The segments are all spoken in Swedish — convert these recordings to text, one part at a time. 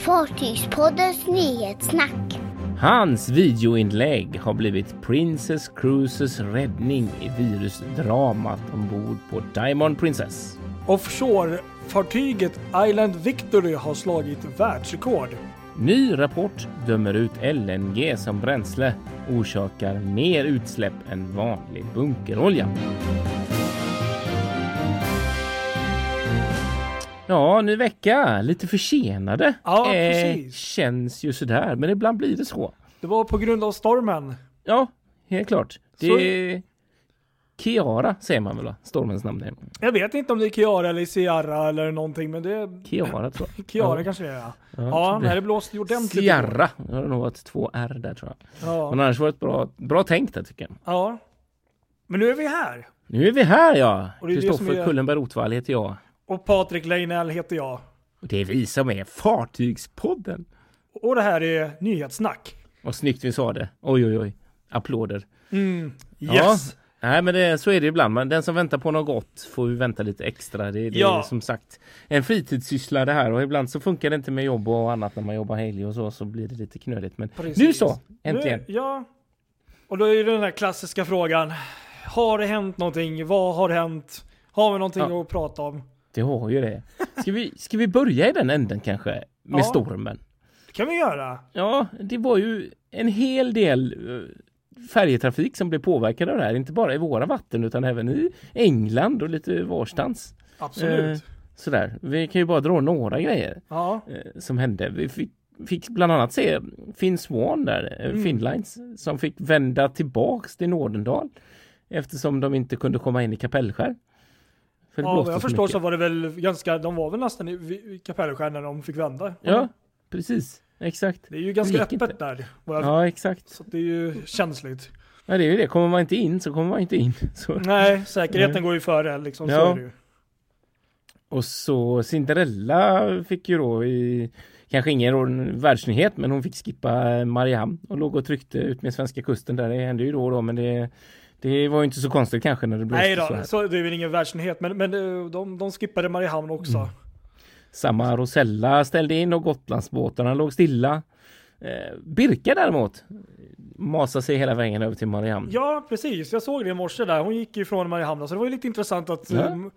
Fartygspoddens nyhetssnack. Hans videoinlägg har blivit Princess Cruises räddning i virusdramat ombord på Diamond Princess. Offshore-fartyget Island Victory har slagit världsrekord. Ny rapport dömer ut LNG som bränsle, orsakar mer utsläpp än vanlig bunkerolja. Ja, ny vecka. Lite försenade. Ja, precis. Känns ju sådär, men ibland blir det så. Det var på grund av stormen. Ja, helt klart. Det är Kiara, säger man väl, stormens namn är. Jag vet inte om det är Kiara eller Ciara eller någonting, men det är... Kiara, tror jag. Kiara kanske det är, ja. När det blåst ordentligt. Ciara. Det har nog varit 2 R där, tror jag. Ja. Men annars var det ett bra tänkt där, tycker jag. Ja. Men nu är vi här. Nu är vi här, ja. Kristoffer Kullenberg-Rotvall heter jag. Och Patrik Leinell heter jag. Och det är vi som är Fartygspodden. Och det här är nyhetssnack. Vad snyggt vi sa det. Oj. Applåder. Yes. Ja. Nej, men så är det ibland. Men den som väntar på något gott får ju vänta lite extra. Det är som sagt en fritidssyssla det här. Och ibland så funkar det inte med jobb och annat när man jobbar helg och så blir det lite knöligt. Men precis. Nu så, äntligen. Ja. Och då är det den här klassiska frågan. Har det hänt någonting? Vad har hänt? Har vi någonting att prata om? Det har ju det. Ska vi börja i den änden kanske? Med stormen. Det kan vi göra. Ja, det var ju en hel del färjetrafik som blev påverkad av det här. Inte bara i våra vatten utan även i England och lite varstans. Absolut. Sådär. Vi kan ju bara dra några grejer som hände. Vi fick bland annat se Finn Swan där, Finnlines, som fick vända tillbaks till Nordendal eftersom de inte kunde komma in i Kapellskär. Ja, jag förstår så var det väl de var väl nästan i Kapellskär när de fick vända. Ja, precis. Exakt. Det är ju ganska öppet där. Ja, exakt. Så det är ju känsligt. Ja, det är ju det. Kommer man inte in så kommer man inte in. Så. Nej, säkerheten går ju före liksom, så är det ju. Och så Cinderella fick ju då kanske ingen världsnyhet, men hon fick skippa Mariehamn och låg och tryckte ut med svenska kusten där. Det hände ju då, men det var ju inte så konstigt kanske när det blev så här. Så det är väl ingen världsnyhet, men de skippade Mariehamn också. Samma Rosella ställde in och Gotlandsbåtarna låg stilla. Birka däremot masade sig hela vägen över till Mariehamn. Ja, precis. Jag såg det i morse där. Hon gick ju från Mariehamn, så det var ju lite intressant att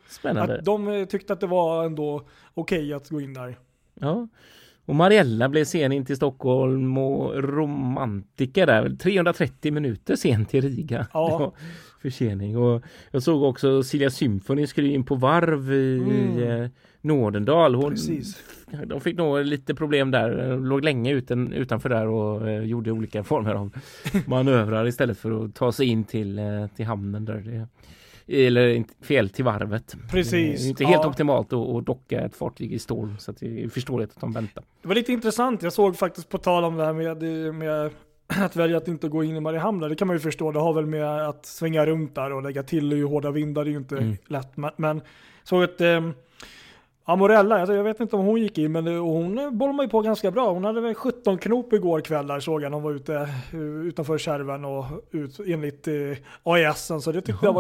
de tyckte att det var ändå okej att gå in där. Ja. Och Mariella blev sen in till Stockholm och romantiker där. 330 minuter sen till Riga. Ja. Det var försening. Och jag såg också Silja Symphony skulle in på varv i Nordendal. Precis. De fick nog lite problem där. De låg länge utanför där och gjorde olika former av manövrar istället för att ta sig in till hamnen där. Eller fel till varvet. Precis. Det är inte helt optimalt att docka ett fartyg i stål, så att det är förståeligt att de väntar. Det var lite intressant. Jag såg faktiskt på tal om det här med att välja att inte gå in i Mariehamn. Det kan man ju förstå. Det har väl med att svänga runt där och lägga till i hårda vindar. Det är ju inte lätt. Men såg att Amorella, jag vet inte om hon gick in, men hon bollade ju på ganska bra. Hon hade väl 17 knop igår kväll där, såg jag. Hon var ute utanför Kärven och ut enligt AISen, så det tyckte jag var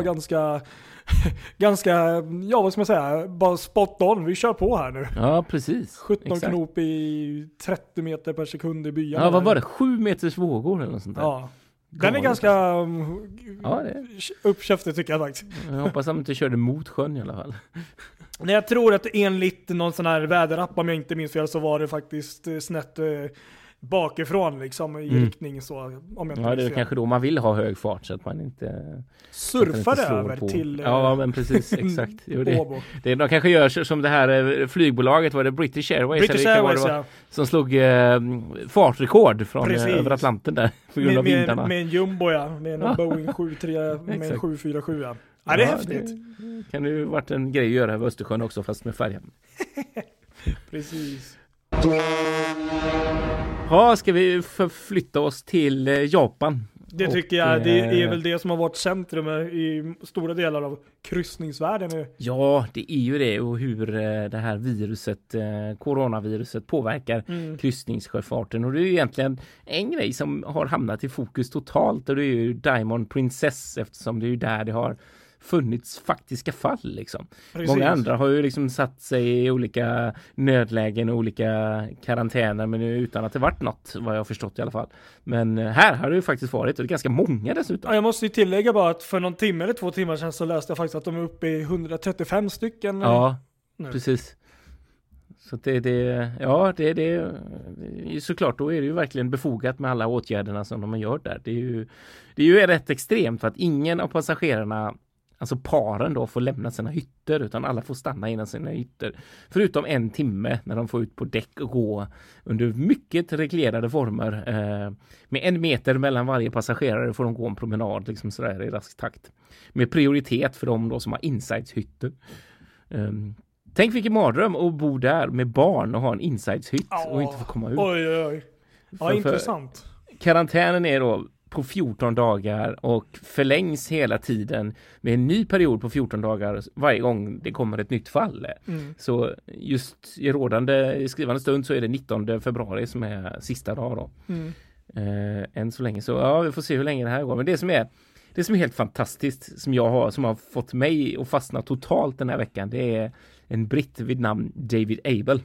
ganska, ja vad ska man säga, bara spot on. Vi kör på här nu. Ja, precis. 17 knop i 30 meter per sekund i byarna. Ja, vad var det? 7 meters vågor eller något sånt där? Ja. Den är ganska uppkäftig tycker jag faktiskt. Jag hoppas att de inte körde mot sjön i alla fall. Nej, jag tror att enligt någon sån här väderapp, om jag inte minns fel, så var det faktiskt snett bakifrån liksom i riktning så, om jag inte det är kanske då man vill ha hög fart så att man inte surfar över till ja, men precis, exakt. De kanske gör som det här flygbolaget, var det British Airways som slog fartrekord från över Atlanten där på grund av vindarna. Med en jumbo, med en Boeing 73 med en 747. Ja, det är häftigt. Det kan ju varit en grej att göra över Östersjön också, fast med färjan. Precis. Ja, ska vi förflytta oss till Japan? Det tycker jag, det är väl det som har varit centrum i stora delar av kryssningsvärlden nu. Ja, det är ju det, och hur det här viruset, coronaviruset påverkar kryssningssjöfarten. Och det är ju egentligen en grej som har hamnat i fokus totalt, och det är ju Diamond Princess, eftersom det är ju där det har funnits faktiska fall liksom. Precis. Många andra har ju liksom satt sig i olika nödlägen och olika karantäner, men utan att det varit något, vad jag har förstått i alla fall. Men här har det ju faktiskt varit, och det är ganska många dessutom. Ja, jag måste ju tillägga bara att för någon timme eller 2 timmar sedan så läste jag faktiskt att de är uppe i 135 stycken. Ja, nu. Precis. Så det är såklart, då är det ju verkligen befogat med alla åtgärderna som de har gjort där. Det är ju rätt extremt för att ingen av passagerarna, alltså paren då, får lämna sina hytter, utan alla får stanna innan sina hytter. Förutom 1 timme när de får ut på däck och gå under mycket reglerade former. Med 1 meter mellan varje passagerare får de gå en promenad liksom sådär i rask takt. Med prioritet för de då som har insides-hytter. Tänk vilken mardröm att bo där med barn och ha en insides-hytt och inte få komma ut. Oj. Ja, intressant. Karantänen är då på 14 dagar och förlängs hela tiden med en ny period på 14 dagar varje gång det kommer ett nytt fall. Så just i skrivande stund så är det 19 februari som är sista dag då. Än så länge. Så ja, vi får se hur länge det här går. Men det som är helt fantastiskt som har fått mig att fastna totalt den här veckan, det är en britt vid namn David Abel.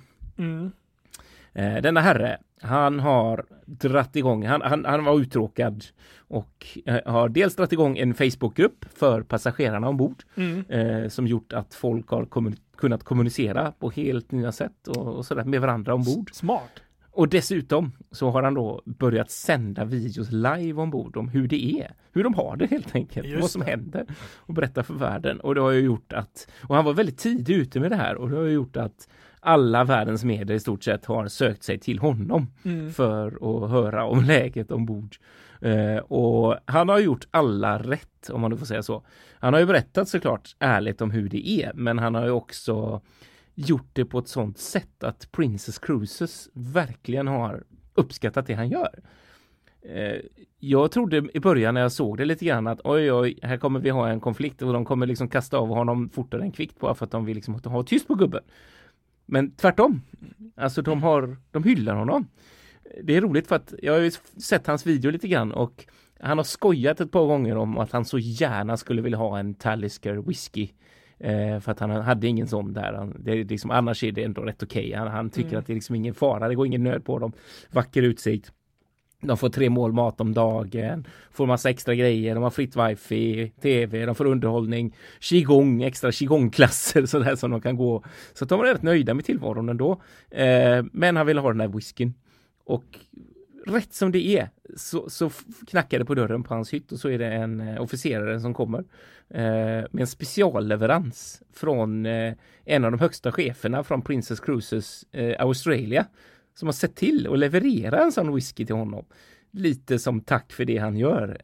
Denna herre, han har dratt igång, han var uttråkad och har dels dratt igång en Facebookgrupp för passagerarna ombord som gjort att folk har kunnat kommunicera på helt nya sätt och sådär med varandra ombord. Smart. Och dessutom så har han då börjat sända videos live ombord om hur det är, hur de har det helt enkelt, vad som händer och berätta för världen. Och det har ju gjort och han var väldigt tidigt ute med det här, och det har ju gjort att alla världens medier i stort sett har sökt sig till honom för att höra om läget ombord. Och han har gjort alla rätt, om man nu får säga så. Han har ju berättat såklart ärligt om hur det är, men han har ju också gjort det på ett sånt sätt att Princess Cruises verkligen har uppskattat det han gör. Jag trodde i början när jag såg det lite grann att oj, här kommer vi ha en konflikt och de kommer liksom kasta av honom fortare än kvickt bara för att de vill liksom ha tyst på gubben. Men tvärtom. Alltså de hyllar honom. Det är roligt för att jag har ju sett hans video lite grann och han har skojat ett par gånger om att han så gärna skulle vilja ha en Talisker whisky. För att han hade ingen sån där. Det är liksom, annars är det ändå rätt okej. Han tycker att det är liksom ingen fara. Det går ingen nöd på dem. Vacker utsikt. De får 3 mål mat om dagen. Får massa extra grejer. De har fritt wifi, tv. De får underhållning. Qigong, extra qigong-klasser. Sådär som de kan gå. Så att de är rätt nöjda med tillvaron ändå. Men han vill ha den här whiskyn. Och rätt som det är så knackar det på dörren på hans hytt och så är det en officerare som kommer med en specialleverans från en av de högsta cheferna från Princess Cruises Australia som har sett till att leverera en sån whisky till honom. Lite som tack för det han gör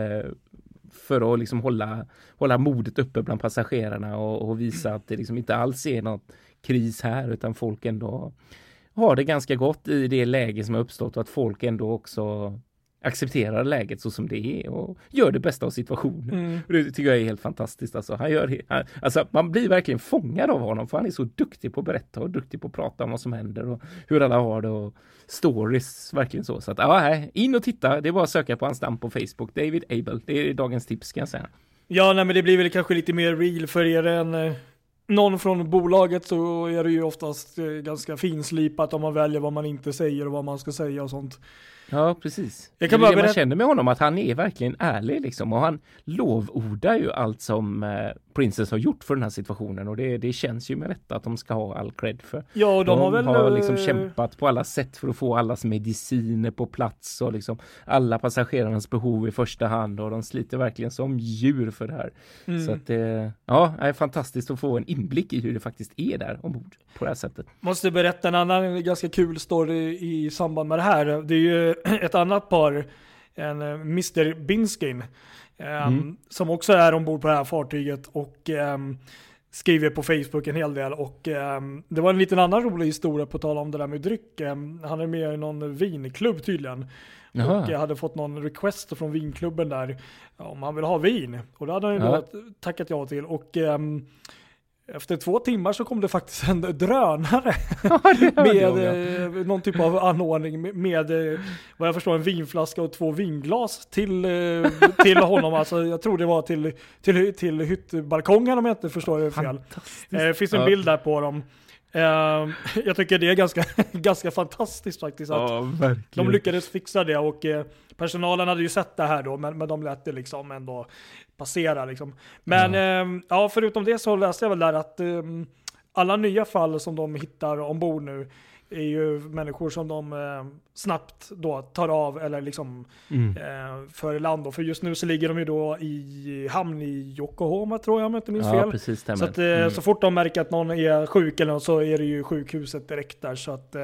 för att liksom hålla modet uppe bland passagerarna och visa att det liksom inte alls är något kris här utan folk ändå har det ganska gott i det läge som har uppstått och att folk ändå också accepterar läget så som det är och gör det bästa av situationen. Det tycker jag är helt fantastiskt. Alltså, man blir verkligen fångad av honom för han är så duktig på att berätta och duktig på att prata om vad som händer och hur alla har det och stories, verkligen så. Så att in och titta, det är bara att söka på hans namn på Facebook, David Abel. Det är dagens tips kan jag säga. Ja, nej, men det blir väl kanske lite mer real för er än någon från bolaget, så är det ju oftast ganska finslipat om man väljer vad man inte säger och vad man ska säga och sånt. Ja, precis. Jag kan bara man känner med honom att han är verkligen ärlig liksom, och han lovordar ju allt som Princess har gjort för den här situationen och det känns ju med rätta att de ska ha all cred för. Ja, och de har liksom kämpat på alla sätt för att få allas mediciner på plats och liksom alla passagerarnas behov i första hand och de sliter verkligen som djur för det här. Så att det är fantastiskt att få en inblick i hur det faktiskt är där ombord på det här sättet. Måste berätta en annan ganska kul story i samband med det här. Det är ju ett annat par, en Mr. Binskin som också är ombord på det här fartyget och skriver på Facebook en hel del och det var en liten annan rolig historia på tal om det där med dryck. Han är med i någon vinklubb tydligen. Jaha. Och jag hade fått någon request från vinklubben där om han vill ha vin och det hade han ju då tackat ja till och efter 2 timmar så kom det faktiskt en drönare med någon typ av anordning med vad jag förstår en vinflaska och 2 vinglas till honom. Alltså, jag tror det var till hyttbalkongen om jag inte förstår det fel. Det finns en bild där på dem. Jag tycker det är ganska fantastiskt faktiskt att de lyckades fixa det, och personalen hade ju sett det här då, men de lät det liksom ändå passera liksom. Men förutom det så läste jag väl där att alla nya fall som de hittar ombord nu är ju människor som de snabbt då tar av eller liksom för land då. För just nu så ligger de ju då i hamn i Yokohama, tror jag, om jag inte minns fel. Precis, så att så fort de märker att någon är sjuk eller något, så är det ju sjukhuset direkt där. Så att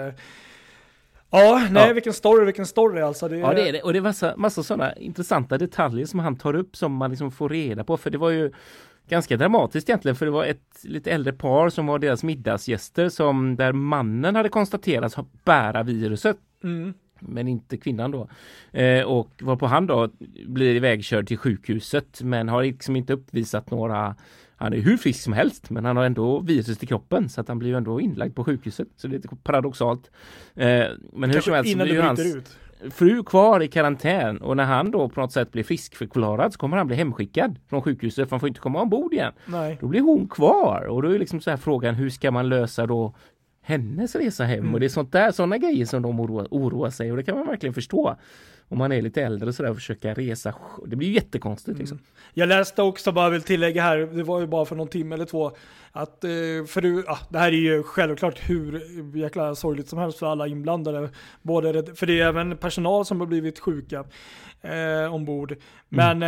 vilken story alltså. Det är det. Och det var massa sådana intressanta detaljer som han tar upp som man liksom får reda på. För det var ju ganska dramatiskt egentligen, för det var ett lite äldre par som var deras middagsgäster där mannen hade konstaterats bära viruset. Men inte kvinnan då. Och varpå han då blir ivägkörd till sjukhuset, men har liksom inte uppvisat några. Han är hur frisk som helst, men han har ändå viruset i kroppen, så att han blir ju ändå inlagd på sjukhuset. Så det är lite paradoxalt. Men hur som helst så blir ju hans fru kvar i karantän, och när han då på något sätt blir friskförklarad så kommer han bli hemskickad från sjukhuset, för han får inte komma ombord igen. Nej. Då blir hon kvar, och då är liksom så här frågan, hur ska man lösa då hennes resa hem? Och det är sådana grejer som de oroar sig, och det kan man verkligen förstå. Om man är lite äldre och sådär och försöka resa. Det blir ju jättekonstigt liksom. Jag läste också, bara vill tillägga här, det var ju bara för någon timme eller 2, att det här är ju självklart hur jäkla sorgligt som helst för alla inblandade. För det är även personal som har blivit sjuka ombord. Men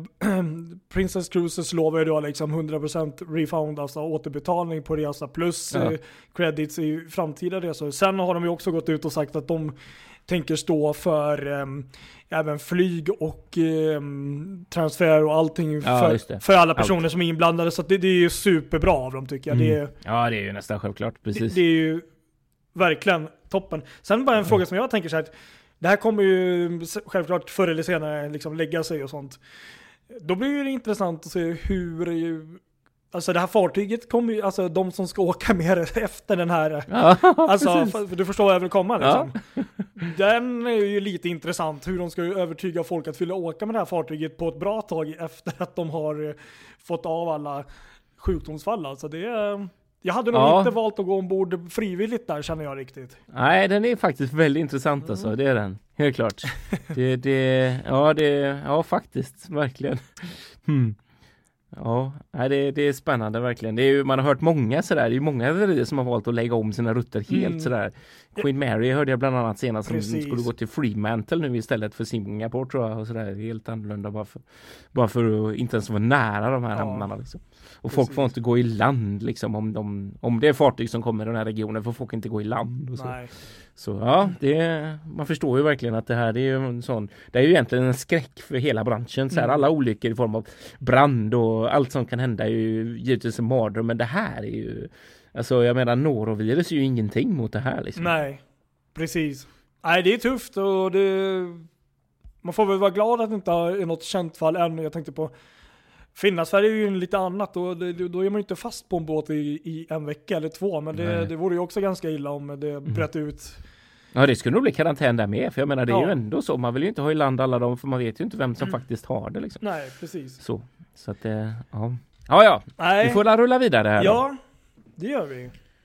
Princess Cruises lovar ju då liksom 100% refund, alltså återbetalning på resa plus credits i framtida resor. Sen har de ju också gått ut och sagt att de tänker stå för även flyg och transfer och allting för alla personer som är inblandade. Så det är ju superbra av dem, tycker jag. Det är ju nästan självklart. Precis. Det är ju verkligen toppen. Sen bara en fråga som jag tänker så här, att det här kommer ju självklart förr eller senare liksom lägga sig och sånt. Då blir det intressant att se hur alltså det här fartyget kommer ju, alltså de som ska åka med efter den här, alltså för du förstår vad jag vill komma liksom. Den är ju lite intressant, hur de ska övertyga folk att vilja åka med det här fartyget på ett bra tag efter att de har fått av alla sjukdomsfall. Alltså jag hade nog inte valt att gå ombord frivilligt där, känner jag riktigt. Nej, den är faktiskt väldigt intressant alltså, det är den. Helt klart. Faktiskt, verkligen. Ja, det är spännande verkligen. Det är ju, man har hört många sådär, det är ju många rederier som har valt att lägga om sina rutter helt sådär. Queen Mary hörde jag bland annat senast som skulle gå till Fremantle nu istället för Singapore, tror jag, och sådär, helt annorlunda bara för att inte ens vara nära de här hamnarna liksom. Och folk får inte gå i land liksom, om det är fartyg som kommer i den här regionen får folk inte gå i land och så. Nej. Så man förstår ju verkligen att det här är ju en sån, det är ju egentligen en skräck för hela branschen så här, alla olyckor i form av brand och allt som kan hända är ju givetvis en mardröm, men det här är ju, alltså jag menar, norovirus är ju ingenting mot det här liksom. Nej, precis. Nej, det är tufft, och man får väl vara glad att det inte är något känt fall än. Jag tänkte på Finlandsfärg är ju lite annat, och då är man ju inte fast på en båt i en vecka eller 2, men det vore ju också ganska illa om det brett ut. Ja, det skulle nog bli karantän där med, för jag menar det är ju ändå så, man vill ju inte ha i land alla dem, för man vet ju inte vem som faktiskt har det liksom. Nej, precis. Så att ja. Vi får rulla vidare här. Ja, det gör vi.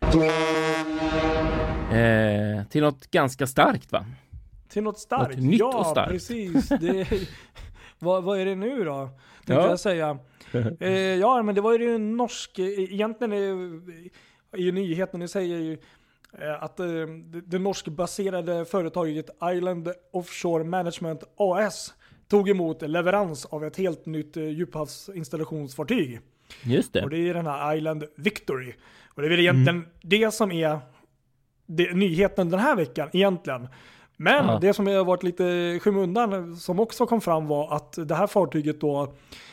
Till något ganska starkt, va? Till något starkt? Något nytt och starkt. Precis. Vad är det nu då? Tänkte jag säga. Men det var ju en norsk, egentligen är ju nyheten, det säger ju att det norskbaserade företaget Island Offshore Management AS tog emot leverans av ett helt nytt djuphavsinstallationsfartyg. Just det. Och det är den här Island Victory. Och det är väl egentligen det som är nyheten den här veckan egentligen. Men det som har varit lite skymundan som också kom fram var att det här fartyget då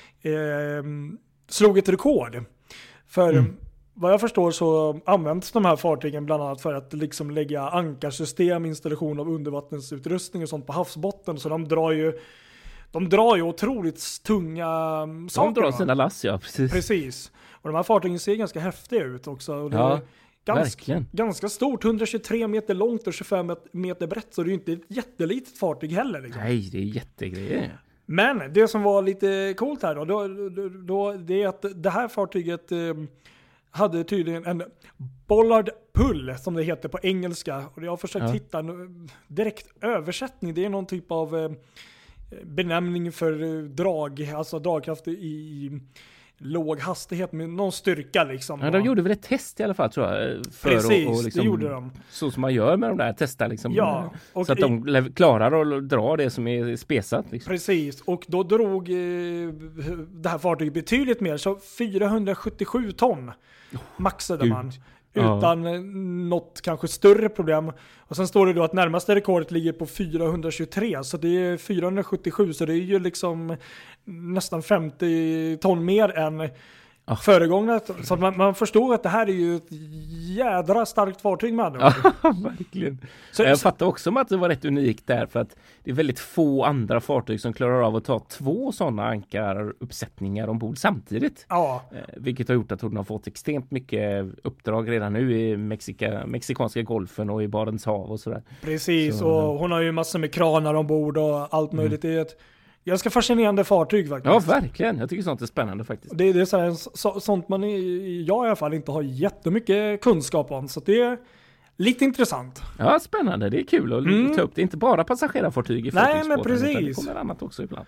slog ett rekord. För vad jag förstår så används de här fartygen bland annat för att liksom lägga ankarsystem, installation av undervattensutrustning och sånt på havsbotten. Så de drar ju de drar ju otroligt tunga saker. De drar sina lass, ja, Precis. Och de här fartygen ser ganska häftiga ut också. Och det är ganska stort, 123 meter långt och 25 meter brett, så det är ju inte ett jättelitet fartyg heller. Liksom. Nej, det är jättegrejer. Men det som var lite coolt här då det är att det här fartyget hade tydligen en bollard pull, som det heter på engelska. Och jag har försökt hitta en direkt översättning. Det är någon typ av benämning för dragkraft i låg hastighet med någon styrka liksom. Ja, de gjorde väl ett test i alla fall, tror jag. Precis, och liksom, det gjorde de. Så som man gör med de där, testa liksom. Ja, så att de klarar att dra det som är spesat. Liksom. Precis, och då drog det här fartyget betydligt mer, så 477 ton maxade man. Utan något kanske större problem. Och sen står det då att närmaste rekordet ligger på 423. Så det är 477. Så det är ju liksom nästan 50 ton mer än föregångna. Så man förstår att det här är ju ett jädra starkt fartyg med. Ja, verkligen. Jag fattar också om att det var rätt unikt där, för att det är väldigt få andra fartyg som klarar av att ta 2 sådana ankaruppsättningar ombord samtidigt. Ja. Vilket har gjort att hon har fått extremt mycket uppdrag redan nu i mexikanska golfen och i Barents hav och sådär. Precis, och hon har ju massor med kranar ombord och allt möjligt. Det är ett ganska fascinerande fartyg faktiskt. Ja, verkligen. Jag tycker sånt är spännande faktiskt. Det är sånt jag i alla fall inte har jättemycket kunskap om. Så det är lite intressant. Ja, spännande. Det är kul att ta upp. Det är inte bara passagerarfartyg i fartygsbåten. Nej, men precis. Det kommer annat också ibland.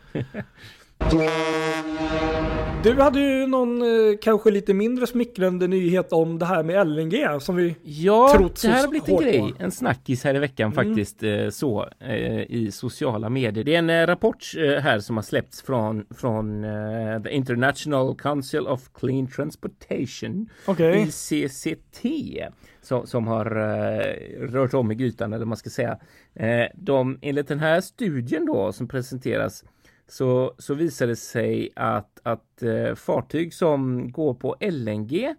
Du hade ju någon kanske lite mindre smickrande nyhet om det här med LNG som vi trott så hårt på. Ja, det här har blivit en grej. En snackis här i veckan faktiskt i sociala medier. Det är en rapport här som har släppts från The International Council of Clean Transportation, ICCT, som har rört om i grytan, eller man ska säga. Enligt den här studien då som presenteras så visar det sig att fartyg som går på LNG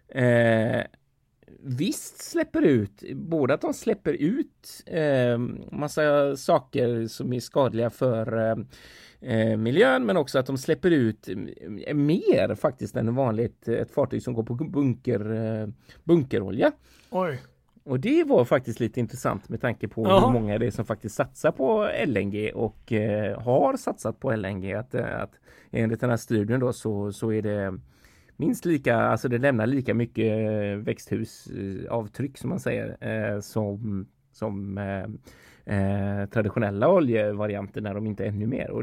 visst släpper ut, både att de släpper ut massa saker som är skadliga för miljön, men också att de släpper ut mer faktiskt än vanligt ett fartyg som går på bunkerolja. Oj. Och det var faktiskt lite intressant med tanke på hur många det är som faktiskt satsar på LNG och har satsat på LNG. Att enligt den här studien då så är det minst lika, alltså det lämnar lika mycket växthusavtryck som man säger som traditionella oljevarianter, när de inte är ännu mer. Och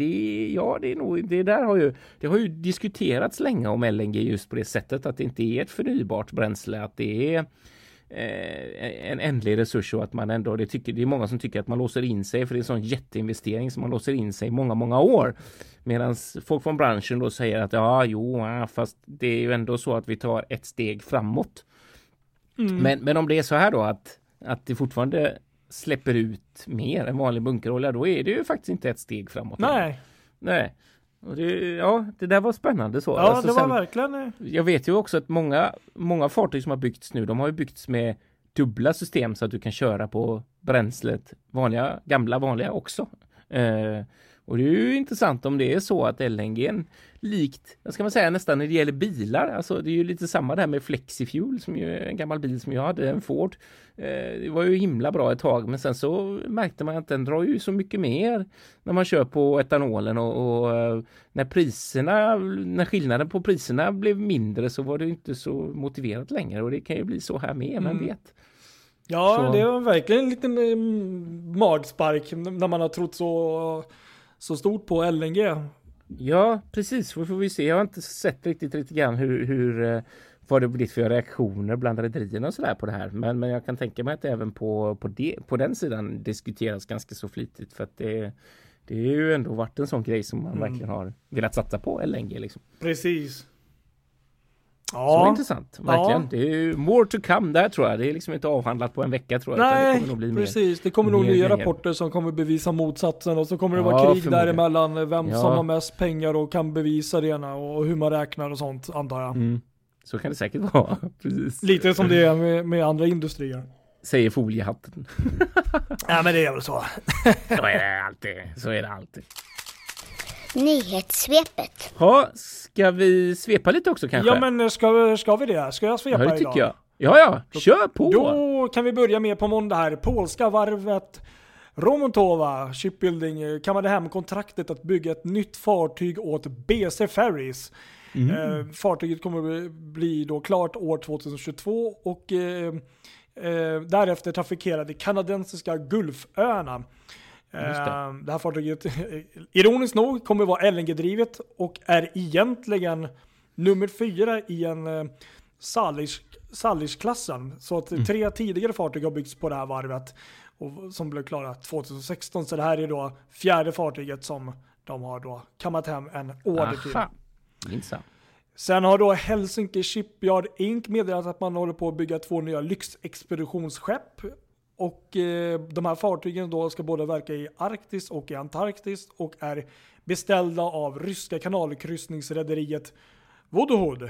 det har ju diskuterats länge om LNG just på det sättet att det inte är ett förnybart bränsle, att det är en ändlig resurs, och att man ändå, det är många som tycker att man låser in sig, för det är en sån jätteinvestering som man låser in sig i många år, medan folk från branschen då säger att fast det är ju ändå så att vi tar ett steg framåt. Men om det är så här då att det fortfarande släpper ut mer än vanlig bunkerolja, då är det ju faktiskt inte ett steg framåt. Nej. Och det där var spännande så. Ja, alltså, det var verkligen. Jag vet ju också att många fartyg som har byggts nu, de har ju byggts med dubbla system så att du kan köra på bränslet gamla vanliga också. Och det är ju intressant om det är så att LNG likt, vad ska man säga, nästan när det gäller bilar, alltså det är ju lite samma där med Flexifuel, som ju är en gammal bil som jag hade, en Ford. Det var ju himla bra ett tag, men sen så märkte man att den drar ju så mycket mer när man kör på etanolen, och när skillnaden på priserna blev mindre så var det inte så motiverat längre, och det kan ju bli så här med, man vet. Ja, det var verkligen en liten magspark när man har trott så stort på LNG. Ja, precis. Får vi se. Jag har inte sett riktigt grann hur vad det blivit för reaktioner bland rederierna och sådär på det här. Men jag kan tänka mig att även på den sidan diskuteras ganska så flitigt, för att det är ju ändå varit en sån grej som man verkligen har velat satsa på LNG liksom. Precis. Så intressant, verkligen. Ja. Det är ju more to come där, tror jag. Det är liksom inte avhandlat på en vecka, tror jag. Nej, det kommer nog bli precis. Det kommer nog nya rapporter som kommer bevisa motsatsen, och så kommer det vara krig däremellan, vem som har mest pengar och kan bevisa det ena, och hur man räknar och sånt, antar jag. Så kan det säkert vara. Precis. Lite som det är med andra industrier. Säger foliehatten. Ja, men det är väl så. Så är det alltid. Nyhetssvepet. Ja, ska vi svepa lite också kanske? Ja, men ska vi det? Ska jag svepa det idag? tycker jag. Ja, kör på! Då kan vi börja med på måndag här. Polska varvet Romontowa Shipbuilding kammade hem kontraktet att bygga ett nytt fartyg åt BC Ferries. Fartyget kommer bli då klart år 2022 och därefter trafikerade kanadensiska Gulföarna. Det här fartyget, ironiskt nog, kommer vara LNG-drivet och är egentligen nummer 4 i en Salish-klassen. Så att 3 tidigare fartyg har byggts på det här varvet och som blev klara 2016. Så det här är då 4:e fartyget som de har då kammat hem en order till. Sen har då Helsinki Shipyard Inc. meddelat att man håller på att bygga 2 nya lyxexpeditionsskepp. Och de här fartygen då ska både verka i Arktis och i Antarktis och är beställda av ryska kanalkryssningsrederiet Vodhud.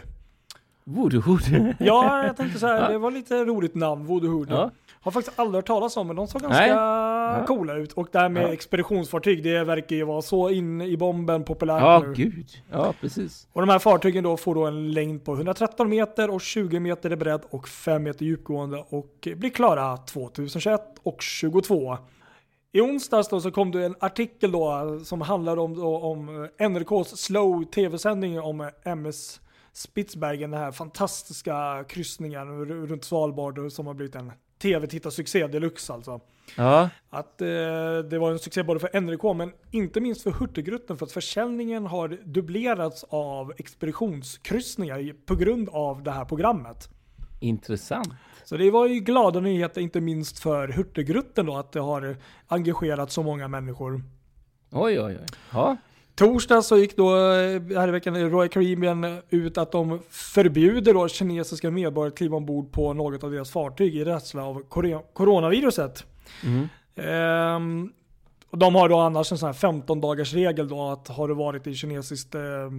Ja, jag tänkte så här, det var lite roligt namn, Vodhud. Ja. Har faktiskt aldrig hört talas om, men de såg ganska coola ut. Och det här med expeditionsfartyg, det verkar ju vara så in i bomben populärt. Ja, gud. Ja, precis. Och de här fartygen då får då en längd på 113 meter och 20 meter i bredd och 5 meter djupgående och blir klara 2021 och 2022. I onsdags då så kom det en artikel då som handlar om NRKs slow tv-sändning om MS Spitsbergen, den här fantastiska kryssningen runt Svalbard som har blivit en tv-tittarsuccé deluxe alltså. Ja. Att det var en succé både för NRK men inte minst för Hurtigruten, för att försäljningen har dubblerats av expeditionskryssningar på grund av det här programmet. Intressant. Så det var ju glada nyheter, inte minst för Hurtigruten då, att det har engagerat så många människor. Oj. Ja. Torsdag så gick då här i veckan Royal Caribbean ut att de förbjuder då kinesiska medborgare att kliva ombord på något av deras fartyg i rädsla av coronaviruset. Och de har då annars en sån här 15 dagars regel då, att har du varit i kinesiskt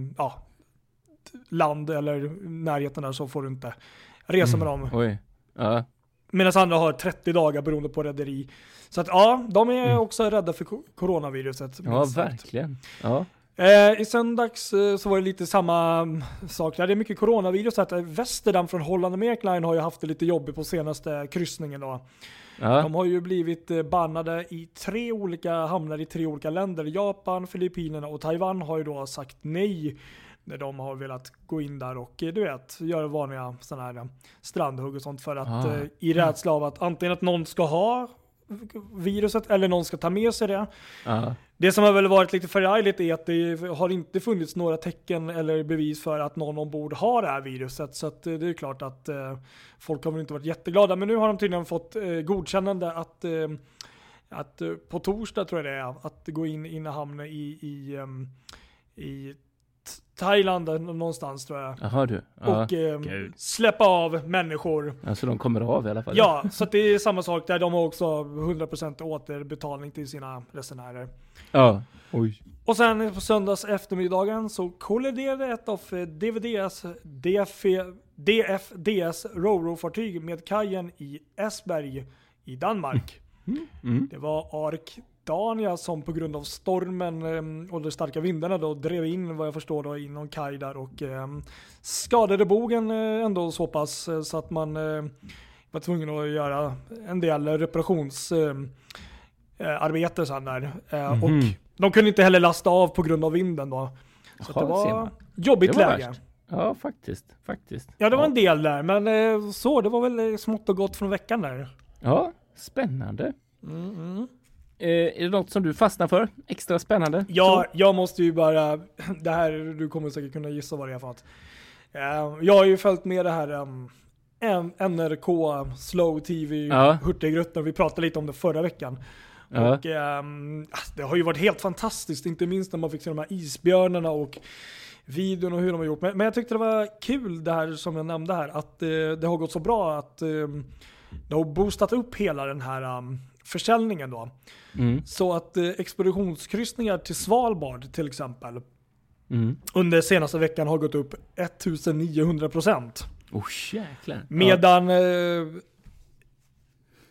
land eller närheten där så får du inte resa med dem. Oj. Ja. Medan andra har 30 dagar beroende på rederi. Så att ja, de är också rädda för coronaviruset. Ja, verkligen. Ja. I söndags så var det lite samma sak. Det är mycket coronavirus. Att Västerdam från Holland America Line har ju haft det lite jobbigt på senaste kryssningen då. Ja. De har ju blivit bannade i 3 olika hamnar i 3 olika länder. Japan, Filippinerna och Taiwan har ju då sagt nej när de har velat gå in där och du vet, göra vanliga sådana här strandhugg och sånt för att i rädsla av att antingen att någon ska ha viruset eller någon ska ta med sig det. Det som har väl varit lite förargligt är att det har inte funnits några tecken eller bevis för att någon ombord har det här viruset, så att det är klart att folk har väl inte varit jätteglada, men nu har de tydligen fått godkännande att på torsdag tror jag det är, att gå in i hamnen i Thailand någonstans tror jag. Jaha du. Och släppa av människor. Alltså de kommer av i alla fall. Ja, så att det är samma sak där. De har också 100% återbetalning till sina resenärer. Ja, oj. Och sen på söndags eftermiddagen så kolliderade ett av DFDS Ro-Ro-fartyg med kajen i Esbjerg i Danmark. Det var Ark Dania som på grund av stormen och de starka vindarna då drev in, vad jag förstår då, in någon kaj där och skadade bogen ändå så pass så att man var tvungen att göra en del reparationsarbete sen där. Och de kunde inte heller lasta av på grund av vinden då. Så det var jobbigt läge. Ja, faktiskt. Ja, det var en del där, men det var väl smått och gott från veckan där. Ja, spännande. Är det något som du fastnar för? Extra spännande? Ja, jag måste ju bara... Det här, du kommer säkert kunna gissa vad det är för att. Jag har ju följt med det här NRK Slow TV Hurtigruten. Vi pratade lite om det förra veckan. Och det har ju varit helt fantastiskt. Inte minst när man fick se de här isbjörnarna och videon och hur de har gjort. Men jag tyckte det var kul det här som jag nämnde här. Att det har gått så bra att det har boostat upp hela den här... försäljningen då. Så att expeditionskryssningar till Svalbard till exempel under senaste veckan har gått upp 1900%. Jäklar. Medan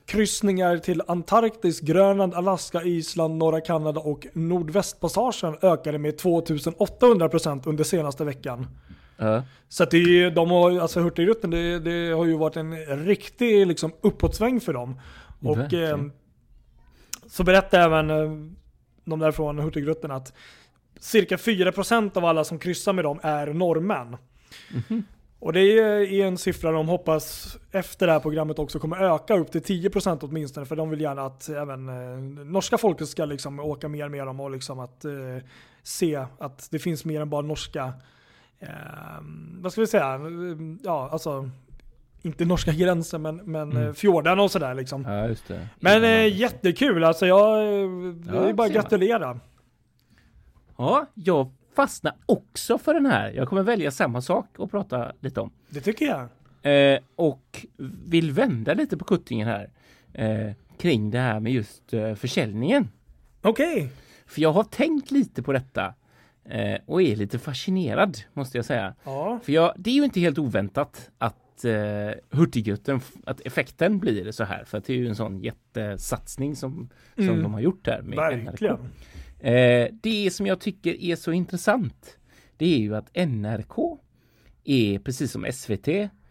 kryssningar till Antarktis, Grönland, Alaska, Island, norra Kanada och Nordvästpassagen ökade med 2800% under senaste veckan. Så att alltså Hurtigruten, det har ju varit en riktig liksom uppåtsväng för dem. Och så berättar även de där från Hurtigruten att cirka 4% av alla som kryssar med dem är norrmän. Och det är en siffra de hoppas efter det här programmet också kommer öka upp till 10% åtminstone, för de vill gärna att även norska folket ska liksom åka mer med dem och liksom att se att det finns mer än bara norska vad ska vi säga, ja alltså inte norska gränser men fjordarna och sådär liksom. Ja, just det. Men jättekul, alltså jag vill bara gratulera. Ja, jag fastnar också för den här. Jag kommer välja samma sak och prata lite om. Det tycker jag. Och vill vända lite på kuttingen här kring det här med just försäljningen. Okej. För jag har tänkt lite på detta och är lite fascinerad, måste jag säga. Ja. För det är ju inte helt oväntat att Hurtigruten, att effekten blir så här. För att det är ju en sån jättesatsning som de har gjort här med verkligen. NRK. Det som jag tycker är så intressant, det är ju att NRK är precis som SVT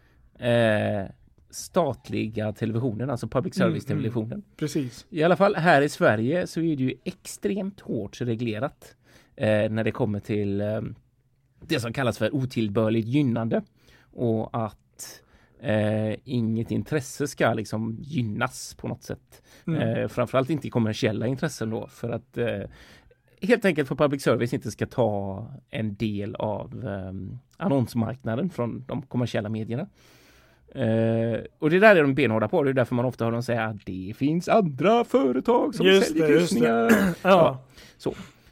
statliga televisionen, alltså public service televisionen. Precis. I alla fall här i Sverige så är det ju extremt hårt reglerat när det kommer till det som kallas för otillbörligt gynnande, och att inget intresse ska liksom gynnas på något sätt. Framförallt inte i kommersiella intressen då, för att helt enkelt för public service inte ska ta en del av annonsmarknaden från de kommersiella medierna. Och det där är de benhårda på. Det är därför man ofta hör dem säga att det finns andra företag som säljer kryssningar. Ja. Så.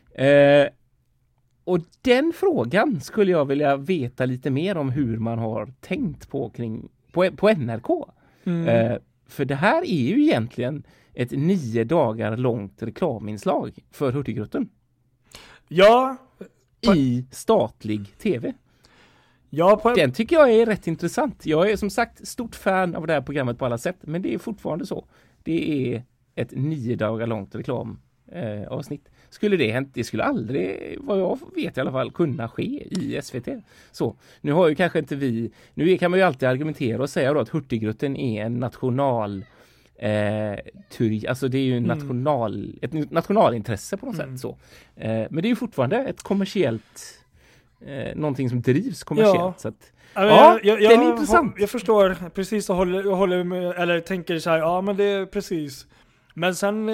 Och den frågan skulle jag vilja veta lite mer om, hur man har tänkt på NRK. För det här är ju egentligen ett 9 dagar långt reklaminslag för Hurtigruten. Ja. I statlig tv. Ja, den tycker jag är rätt intressant. Jag är som sagt stort fan av det här programmet på alla sätt, men det är fortfarande så. Det är ett 9 dagar långt reklamavsnitt. Skulle det hänt, det skulle aldrig, vad jag vet i alla fall, kunna ske i SVT. Så, nu har ju kanske inte vi, nu kan man ju alltid argumentera och säga då att Hurtigruten är en alltså det är ju ett nationalintresse på något sätt så. Men det är ju fortfarande ett kommersiellt någonting som drivs kommersiellt, så att den är intressant. Jag förstår precis, och håller med, eller tänker så här, ja men det är precis. Men sen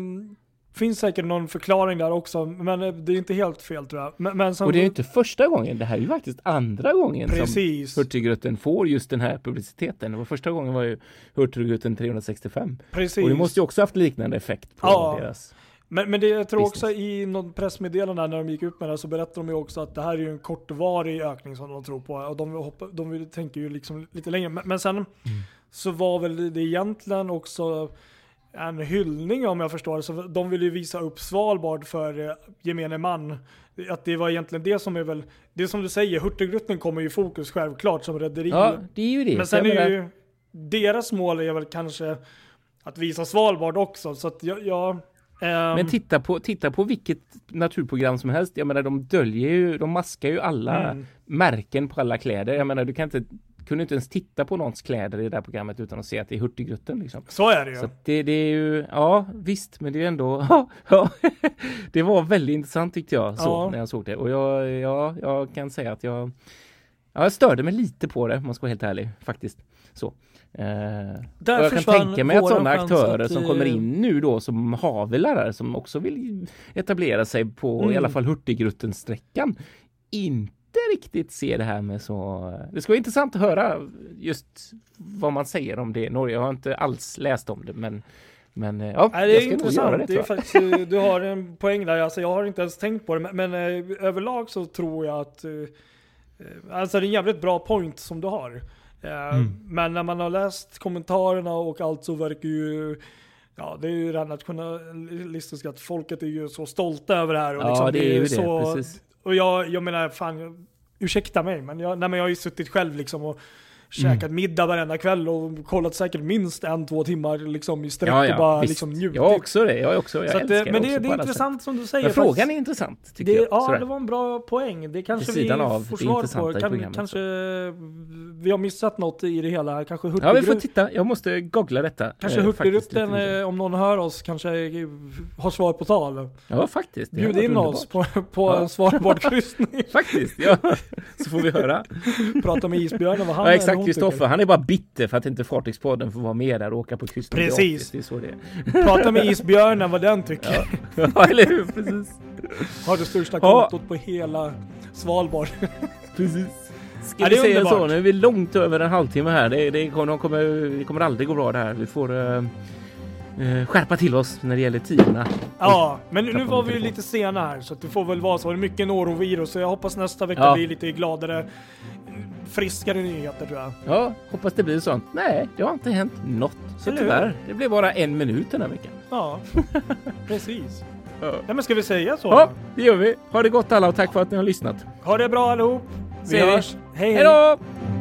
finns säkert någon förklaring där också, men det är inte helt fel tror jag. Men och det är ju inte första gången, det här är ju faktiskt andra gången precis. Som Hurtigruten får just den här publiciteten. Det var första gången var ju Hurtigruten 365. Precis. Och det måste ju också haft liknande effekt på deras. Men det jag tror också i någon pressmeddelande när de gick upp med det, så berättade de ju också att det här är ju en kortvarig ökning som de tror på, och de tänker ju liksom lite längre. Men sen så var väl det egentligen också en hyllning, om jag förstår det. Så de vill ju visa upp Svalbard för gemene man. Att det var egentligen det som är väl, det som du säger, Hurtigruten kommer ju i fokus självklart som rederi. Ja, det är ju det. Men sen är ju deras mål är väl kanske att visa Svalbard också. Så att men titta på vilket naturprogram som helst. Jag menar, de maskar ju alla märken på alla kläder. Jag menar, du kunde inte ens titta på någons kläder i det där programmet utan att se att det är Hurtigruten liksom. Så är det ju. Så det är ju, ja visst, men det är ju ändå det var väldigt intressant tyckte jag när jag såg det. Och jag kan säga att jag störde mig lite på det, om man ska vara helt ärlig faktiskt. Så. Och jag kan tänka mig att sådana aktörer som kommer in nu då som havlare som också vill etablera sig på i alla fall Hurtigruten-sträckan inte riktigt se det här med så. Det ska vara intressant att höra just vad man säger om det i Norge. Jag har inte alls läst om det, men ja, det är jag ska intressant. nog göra det. Det är faktiskt, du har en poäng där. Alltså, jag har inte ens tänkt på det, men överlag så tror jag att alltså det är en jävligt bra point som du har. Men när man har läst kommentarerna och allt, så verkar ju det är ju det nationalistiska att folket är ju så stolta över det här. Och liksom, det är ju så, precis. Och jag menar, fan, ursäkta mig, men jag har ju suttit själv liksom och käkat middag varenda kväll och kollat säkert minst 1-2 timmar liksom i sträck och bara liksom njutit. Jag också det. Jag älskar men det är intressant som du säger. Men frågan är intressant tycker jag. Ja, det var en bra poäng. Det kanske vi får svar på. Kanske vi har missat något i det hela. Kanske ja, vi får titta. Jag måste googla detta. Kanske Hurtigruten, om någon hör oss, kanske har svar på tal. Ja, faktiskt. Bjud in oss på en svarbart kryssning. Faktiskt, ja. Så får vi höra. Prata med isbjörnen vad han exakt, Kristoffer. Han är bara bitter för att inte Fartygspodden får vara med där och åka på kryssning. Precis. Det är så det är. Prata med isbjörnen vad den tycker. Ja, eller hur? Precis. Har det största kontot på hela Svalbard. Precis. Ska vi säga så? Nu är vi långt över en halvtimme här. Det kommer aldrig gå bra det här. Vi får skärpa till oss när det gäller tiderna. Ja, men nu var vi ju lite sena här. Så att det får väl vara så. Det är mycket norovirus. Så jag hoppas nästa vecka blir lite gladare, friskare nyheter tror jag. Ja, hoppas det blir sånt. Nej, det har inte hänt något. Så tyvärr, det blev bara 1 minut den här veckan. Ja, precis. Ja. Nej, men ska vi säga så? Ja, det gör vi. Ha det gott alla och tack för att ni har lyssnat. Ha det bra allihop. Vi hörs. Hej då!